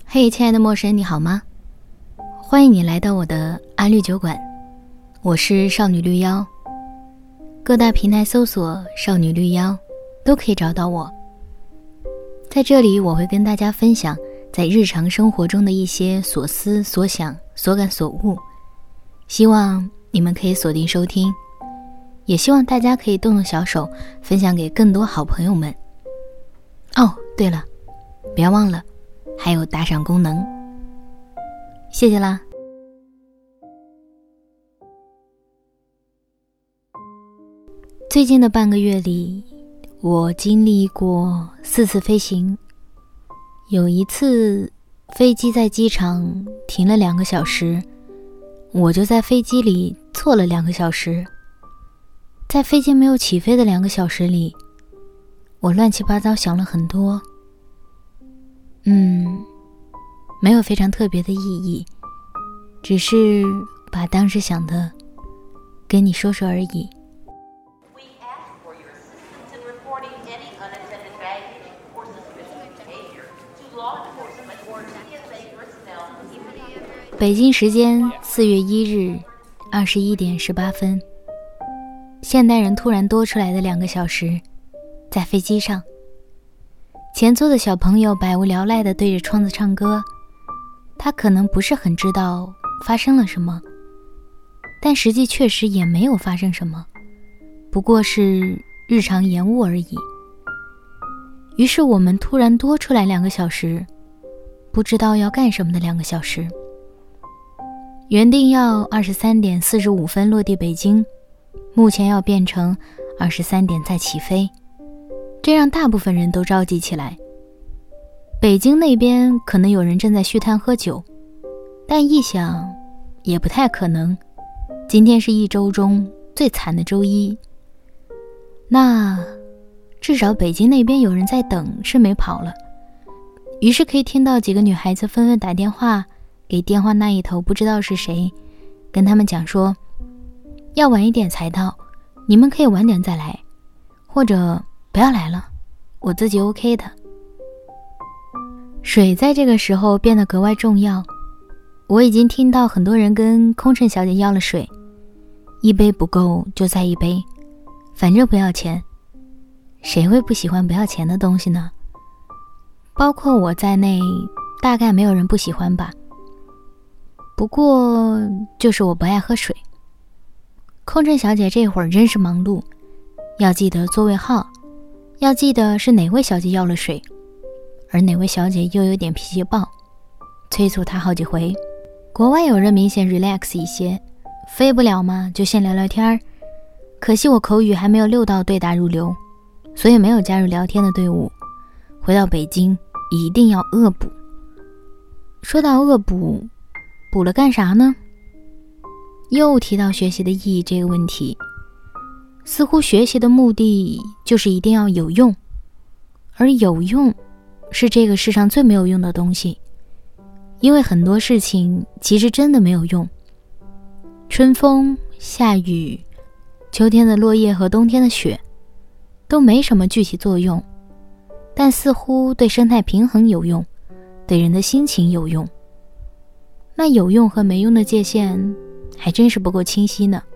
嘿，亲爱的陌生人，你好吗？欢迎你来到我的安绿酒馆，我是少女绿妖，各大平台搜索少女绿妖都可以找到我。在这里我会跟大家分享在日常生活中的一些所思所想所感所悟，希望你们可以锁定收听，也希望大家可以动动小手分享给更多好朋友们。哦，对了，别忘了还有打赏功能，谢谢啦。最近的半个月里，我经历过4次飞行。有一次飞机在机场停了2个小时，我就在飞机里坐了2个小时。在飞机没有起飞的2个小时里，我乱七八糟想了很多，没有非常特别的意义，只是把当时想的跟你说说而已。北京时间4月1日21点18分，现代人突然多出来的2个小时，在飞机上，前座的小朋友百无聊赖地对着窗子唱歌，他可能不是很知道发生了什么，但实际确实也没有发生什么，不过是日常延误而已。于是我们突然多出来2个小时，不知道要干什么的2个小时。原定要23点45分落地北京，目前要变成23点再起飞，这让大部分人都着急起来。北京那边可能有人正在续摊喝酒，但一想也不太可能，今天是一周中最惨的周一，那至少北京那边有人在等，是没跑了。于是可以听到几个女孩子纷纷打电话给电话那一头不知道是谁，跟他们讲说要晚一点才到，你们可以晚点再来，或者不要来了，我自己 OK 的。水在这个时候变得格外重要，我已经听到很多人跟空乘小姐要了水，一杯不够就再一杯，反正不要钱，谁会不喜欢不要钱的东西呢？包括我在内，大概没有人不喜欢吧。不过就是我不爱喝水。空乘小姐这会儿真是忙碌，要记得座位号，要记得是哪位小姐要了水，而哪位小姐又有点脾气暴，催促她好几回。国外有人明显 relax 一些，飞不了嘛就先聊聊天，可惜我口语还没有溜到对答如流，所以没有加入聊天的队伍。回到北京一定要恶补。说到恶补，补了干啥呢？又提到学习的意义这个问题，似乎学习的目的就是一定要有用，而有用是这个世上最没有用的东西，因为很多事情其实真的没有用。春风、下雨、秋天的落叶和冬天的雪都没什么具体作用，但似乎对生态平衡有用，对人的心情有用。那有用和没用的界限还真是不够清晰呢。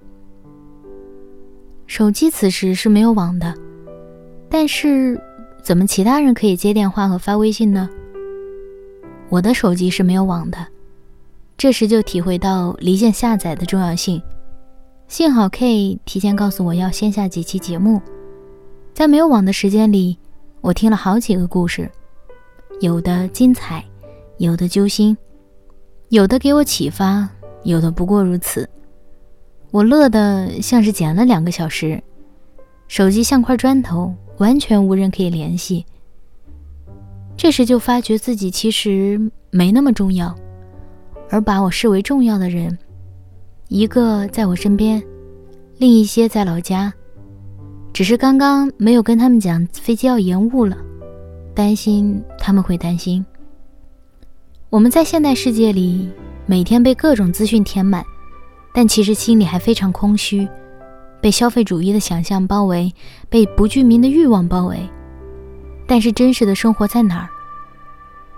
手机此时是没有网的，但是怎么其他人可以接电话和发微信呢？我的手机是没有网的，这时就体会到离线下载的重要性。幸好 K 提前告诉我要先下几期节目，在没有网的时间里，我听了好几个故事，有的精彩，有的揪心，有的给我启发，有的不过如此。我乐得像是捡了2个小时，手机像块砖头，完全无人可以联系。这时就发觉自己其实没那么重要，而把我视为重要的人，一个在我身边，另一些在老家，只是刚刚没有跟他们讲飞机要延误了，担心他们会担心。我们在现代世界里每天被各种资讯填满，但其实心里还非常空虚，被消费主义的想象包围，被不具名的欲望包围。但是真实的生活在哪儿？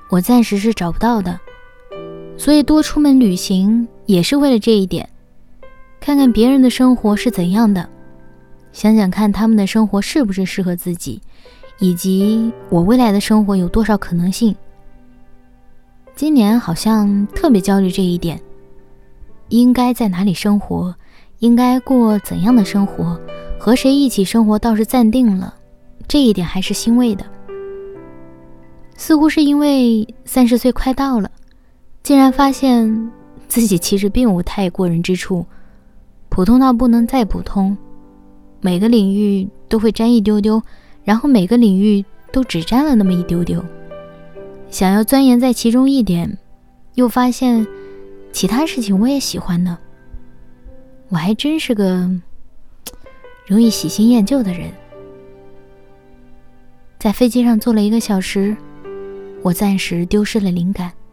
我暂时是找不到的，所以多出门旅行也是为了这一点，看看别人的生活是怎样的，想想看他们的生活是不是适合自己，以及我未来的生活有多少可能性。今年好像特别焦虑这一点，应该在哪里生活，应该过怎样的生活，和谁一起生活倒是暂定了，这一点还是欣慰的。似乎是因为30岁快到了，竟然发现自己其实并无太过人之处，普通到不能再普通，每个领域都会沾一丢丢，然后每个领域都只沾了那么一丢丢。想要钻研在其中一点，又发现其他事情我也喜欢呢。我还真是个容易喜新厌旧的人。在飞机上坐了1个小时，我暂时丢失了灵感。